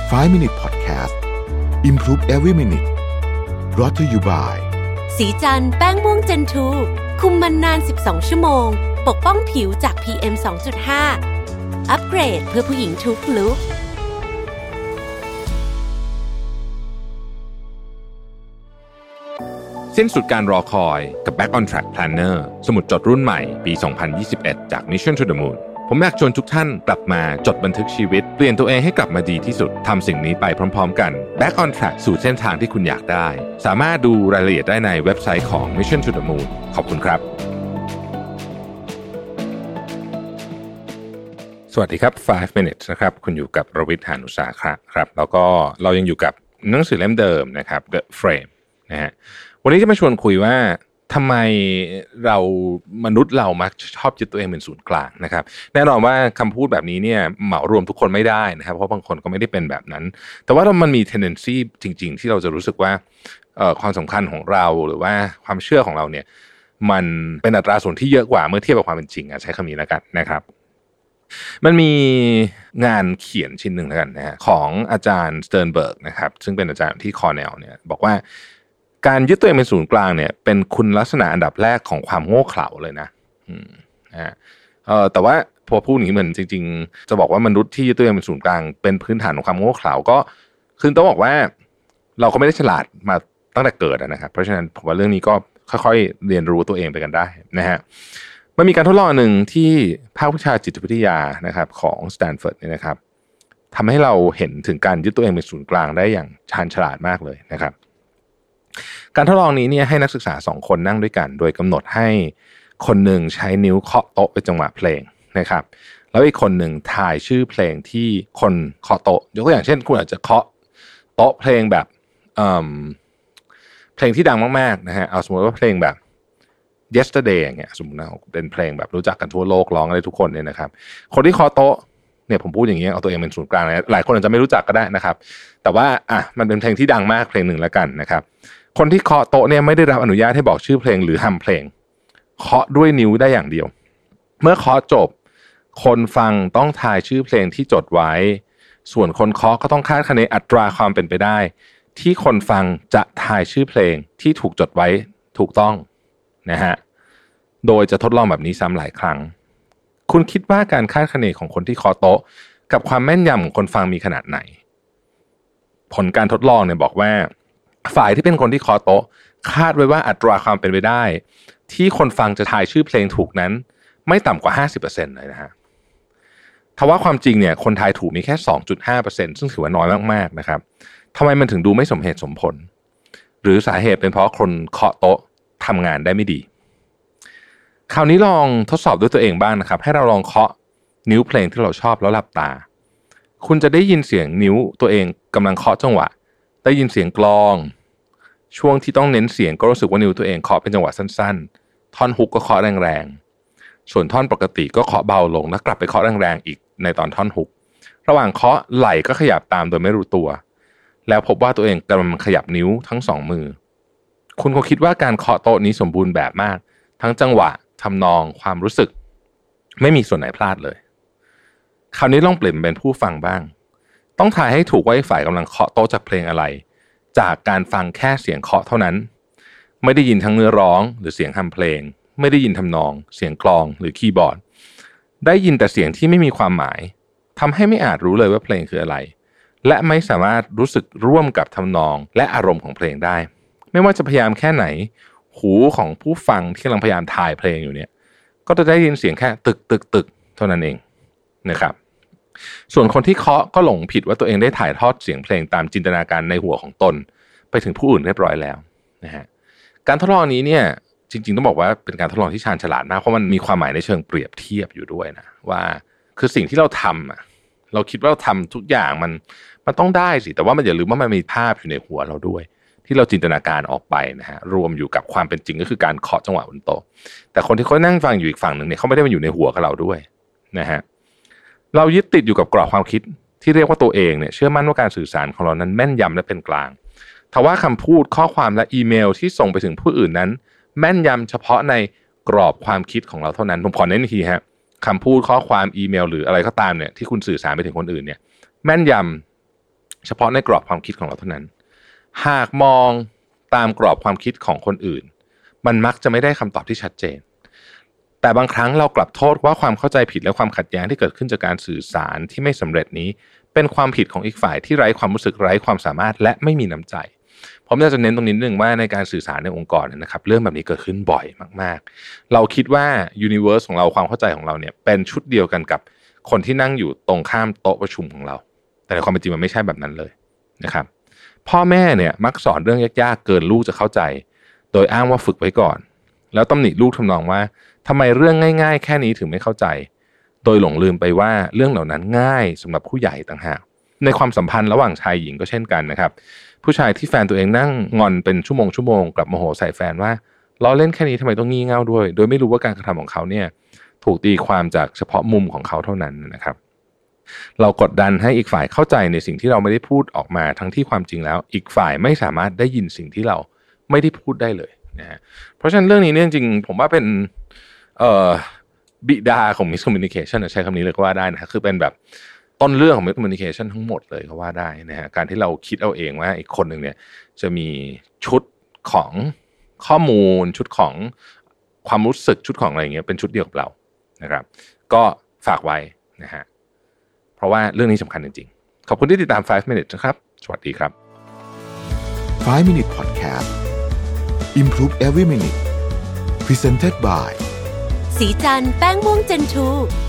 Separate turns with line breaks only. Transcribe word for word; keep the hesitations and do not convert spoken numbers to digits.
ไฟว์ minute podcast improve every minute brought to you by
สีจันแป้งม่วงเจนทูคุมมันนานสิบสองชั่วโมงปกป้องผิวจาก พี เอ็ม สองจุดห้า อัปเกรดเพื่อผู้หญิงทุกลุค
สิ้นสุดการรอคอยกับ Back on Track Planner สมุดจดรุ่นใหม่ปี สองพันยี่สิบเอ็ด จาก Mission to the Moon ผมอยากชวนทุกท่านกลับมาจดบันทึกชีวิตเปลี่ยนตัวเองให้กลับมาดีที่สุดทำสิ่งนี้ไปพร้อมๆกัน Back on Track สู่เส้นทางที่คุณอยากได้สามารถดูรายละเอียดได้ในเว็บไซต์ของ Mission to the Moon ขอบคุณครับสวัสดีครับไฟว์ minutes นะครับคุณอยู่กับรวิทย์ หาญอุตสาหะครับแล้วก็เรายังอยู่กับหนังสือเล่มเดิมนะครับ The Frame นะฮะวันนี้จะมาชวนคุยว่าทำไมเรามนุษย์เรามักชอบยึดตัวเองเป็นศูนย์กลางนะครับแน่นอนว่าคำพูดแบบนี้เนี่ยเหมารวมทุกคนไม่ได้นะครับเพราะบางคนก็ไม่ได้เป็นแบบนั้นแต่ว่ามันมี tendency จริงๆที่เราจะรู้สึกว่าเอ่อความสำคัญของเราหรือว่าความเชื่อของเราเนี่ยมันเป็นอัตราส่วนที่เยอะกว่าเมื่อเทียบกับความเป็นจริงอ่ะใช้คำนี้แล้วกันนะครับมันมีงานเขียนชิ้นหนึ่งแล้วกันนะฮะของอาจารย์สเติร์นเบิร์กนะครับซึ่งเป็นอาจารย์ที่คอร์เนลเนี่ยบอกว่าการยึดตัวเองเป็นศูนย์กลางเนี่ยเป็นคุณลักษณะอันดับแรกของความโง่เขลาเลยนะอืมนะฮะเอ่อแต่ว่าพอพูดอย่างนี้เหมือนจริงๆจะบอกว่ามนุษย์ที่ยึดตัวเองเป็นศูนย์กลางเป็นพื้นฐานของความโง่เขลาก็คือต้องบอกว่าเราก็ไม่ได้ฉลาดมาตั้งแต่เกิดนะครับเพราะฉะนั้นผมว่าเรื่องนี้ก็ค่อยๆเรียนรู้ตัวเองไปกันได้นะฮะมันมีการทดลองหนึ่งที่ภาควิชาจิตวิทยานะครับของสแตนฟอร์ดเนี่ยนะครับทำให้เราเห็นถึงการยึดตัวเองเป็นศูนย์กลางได้อย่างชาญฉลาดมากเลยนะครับการทดลองนี้เนี่ยให้นักศึกษาสองคนนั่งด้วยกันโดยกำหนดให้คนหนึ่งใช้นิ้วเคาะโต๊ะเป็นจังหวะเพลงนะครับแล้วอีกคนหนึ่งทายชื่อเพลงที่คนเคาะโต๊ะยกตัวอย่างเช่นคุณอาจจะเคาะโต๊ะเพลงแบบเอ่อเพลงที่ดังมากๆนะฮะเอาสมมติว่าเพลงแบบ yesterday อย่างเงี้ยสมมุตินะเป็นเพลงแบบรู้จักกันทั่วโลกร้องอะไรทุกคนเนี่ยนะครับคนที่เคาะโต๊ะเนี่ยผมพูดอย่างเงี้ยเอาตัวเองเป็นศูนย์กลางนะหลายคนอาจจะไม่รู้จักก็ได้นะครับแต่ว่าอ่ะมันเป็นเพลงที่ดังมากเพลงหนึ่งแล้วกันนะครับคนที่เคาะโต๊ะเนี่ยไม่ได้รับอนุญาตให้บอกชื่อเพลงหรือฮัมเพลงเคาะด้วยนิ้วได้อย่างเดียวเมื่อเคาะจบคนฟังต้องทายชื่อเพลงที่จดไว้ส่วนคนเคาะก็ต้องคาดคะเนอัตราความเป็นไปได้ที่คนฟังจะทายชื่อเพลงที่ถูกจดไว้ถูกต้องนะฮะโดยจะทดลองแบบนี้ซ้ำหลายครั้งคุณคิดว่าการคาดคะเนของคนที่เคาะโต๊ะกับความแม่นยำของคนฟังมีขนาดไหนผลการทดลองเนี่ยบอกว่าฝ่ายที่เป็นคนที่เคาะโต๊ะคาดไว้ว่าอัตราความเป็นไปได้ที่คนฟังจะทายชื่อเพลงถูกนั้นไม่ต่ำกว่า ห้าสิบเปอร์เซ็นต์ เลยนะฮะทว่าความจริงเนี่ยคนทายถูกมีแค่ สองจุดห้าเปอร์เซ็นต์ ซึ่งถือว่าน้อยมากๆนะครับทำไมมันถึงดูไม่สมเหตุสมผลหรือสาเหตุเป็นเพราะคนเคาะโต๊ะทำงานได้ไม่ดีคราวนี้ลองทดสอบด้วยตัวเองบ้างนะครับให้เราลองเคาะนิ้วเพลงที่เราชอบแล้วหลับตาคุณจะได้ยินเสียงนิ้วตัวเองกำลังเคาะจังหวะได้ยินเสียงกลองช่วงที่ต้องเน้นเสียงก็รู้สึกว่านิ้วตัวเองเคาะเป็นจังหวะสั้นๆท่อนฮุกก็เคาะแรงๆส่วนท่อนปกติก็เคาะเบาลงแล้วกลับไปเคาะแรงๆอีกในตอนท่อนฮุกระหว่างเคาะไหล่ก็ขยับตามโดยไม่รู้ตัวแล้วพบว่าตัวเองกำลังขยับนิ้วทั้งสองมือคุณคงคิดว่าการเคาะโต๊ะนี้สมบูรณ์แบบมากทั้งจังหวะทำนองความรู้สึกไม่มีส่วนไหนพลาดเลยคราวนี้ลองเปลี่ยนเป็นผู้ฟังบ้างต้องทายให้ถูกว่าฝ่ายกำลังเคาะโต๊ะจากเพลงอะไรจากการฟังแค่เสียงเคาะเท่านั้นไม่ได้ยินทั้งเนื้อร้องหรือเสียงฮัมเพลงไม่ได้ยินทำนองเสียงกลองหรือคีย์บอร์ดได้ยินแต่เสียงที่ไม่มีความหมายทำให้ไม่อาจรู้เลยว่าเพลงคืออะไรและไม่สามารถรู้สึกร่วมกับทำนองและอารมณ์ของเพลงได้ไม่ว่าจะพยายามแค่ไหนหูของผู้ฟังที่กำลังพยายามทายเพลงอยู่เนี่ยก็จะได้ยินเสียงแค่ตึกตึกตึกเท่านั้นเองนะครับส่วนคนที่เคาะก็หลงผิดว่าตัวเองได้ถ่ายทอดเสียงเพลงตามจินตนาการในหัวของตนไปถึงผู้อื่นเรียบร้อยแล้วนะฮะการทดลองนี้เนี่ยจริงๆต้องบอกว่าเป็นการทดลองที่ชาญฉลาดมากเพราะมันมีความหมายในเชิงเปรียบเทียบอยู่ด้วยนะว่าคือสิ่งที่เราทำอ่ะเราคิดว่าเราทำทุกอย่างมันมันต้องได้สิแต่ว่ามันอย่าลืมว่ามันมีภาพอยู่ในหัวเราด้วยที่เราจินตนาการออกไปนะฮะรวมอยู่กับความเป็นจริงก็คือการเคาะจังหวะบนโต๊ะแต่คนที่เขานั่งฟังอยู่อีกฝั่งนึงเนี่ยเขาไม่ได้มาอยู่ในหัวกับเราด้วยนะฮะเรายึดติดอยู่กับกรอบความคิดที่เรียกว่าตัวเองเนี่ยเชื่อมั่นว่าการสื่อสารของเรานั้นแม่นยำและเป็นกลางทว่าคำพูดข้อความและอีเมลที่ส่งไปถึงผู้อื่นนั้นแม่นยำเฉพาะในกรอบความคิดของเราเท่านั้นผมขอเน้นอีกทีฮะคำพูดข้อความอีเมลหรืออะไรก็ตามเนี่ยที่คุณสื่อสารไปถึงคนอื่นเนี่ยแม่นยำเฉพาะในกรอบความคิดของเราเท่านั้นหากมองตามกรอบความคิดของคนอื่นมันมักจะไม่ได้คำตอบที่ชัดเจนแต่บางครั้งเรากลับโทษว่าความเข้าใจผิดและความขัดแย้งที่เกิดขึ้นจากการสื่อสารที่ไม่สำเร็จนี้เป็นความผิดของอีกฝ่ายที่ไร้ความรู้สึกไร้ความสามารถและไม่มีน้ำใจผมอยากจะเน้นตรงนี้นิดนึงว่าในการสื่อสารในองค์กรนะครับเรื่องแบบนี้เกิดขึ้นบ่อยมากๆเราคิดว่า universe ของเราความเข้าใจของเราเนี่ยเป็นชุดเดียวกันกับคนที่นั่งอยู่ตรงข้ามโต๊ะประชุมของเราแต่ในความเป็นจริงมันไม่ใช่แบบนั้นเลยนะครับพ่อแม่เนี่ยมักสอนเรื่องยากๆเกินลูกจะเข้าใจโดยอ้างว่าฝึกไว้ก่อนแล้วตำหนิลูกทำนองว่าทำไมเรื่องง่ายๆแค่นี้ถึงไม่เข้าใจโดยหลงลืมไปว่าเรื่องเหล่านั้นง่ายสำหรับผู้ใหญ่ต่างหากในความสัมพันธ์ระหว่างชายหญิงก็เช่นกันนะครับผู้ชายที่แฟนตัวเองนั่งงอนเป็นชั่วโมงชั่วโมงกลับโมโหใส่แฟนว่าล้อเล่นแค่นี้ทำไมต้องงี่เง่าด้วยโดยไม่รู้ว่าการกระทำของเขาเนี่ยถูกตีความจากเฉพาะมุมของเขาเท่านั้นนะครับเรากดดันให้อีกฝ่ายเข้าใจในสิ่งที่เราไม่ได้พูดออกมาทั้งที่ความจริงแล้วอีกฝ่ายไม่สามารถได้ยินสิ่งที่เราไม่ได้พูดได้เลยนะฮะเพราะฉะนั้นเรื่องนี้เนี่ยจริงๆผมว่าเป็นเอ่อบิดาของ miscommunication ใช้คำนี้เลยก็ว่าได้นะคือเป็นแบบต้นเรื่องของ miscommunication ทั้งหมดเลยก็ว่าได้นะฮะการที่เราคิดเอาเองว่าอีกคนหนึ่งเนี่ยจะมีชุดของข้อมูลชุดของความรู้สึกชุดของอะไรอย่างเงี้ยเป็นชุดเดียวกับเรานะครับก็ฝากไว้นะฮะเพราะว่าเรื่องนี้สำคัญจริงๆขอบคุณที่ติดตามไฟว์ minutes นะครับสวัสดีครับ
ไฟว์ minute podcast Improve every minute Presented by
สีจันทร์แป้งม่วงเจนทู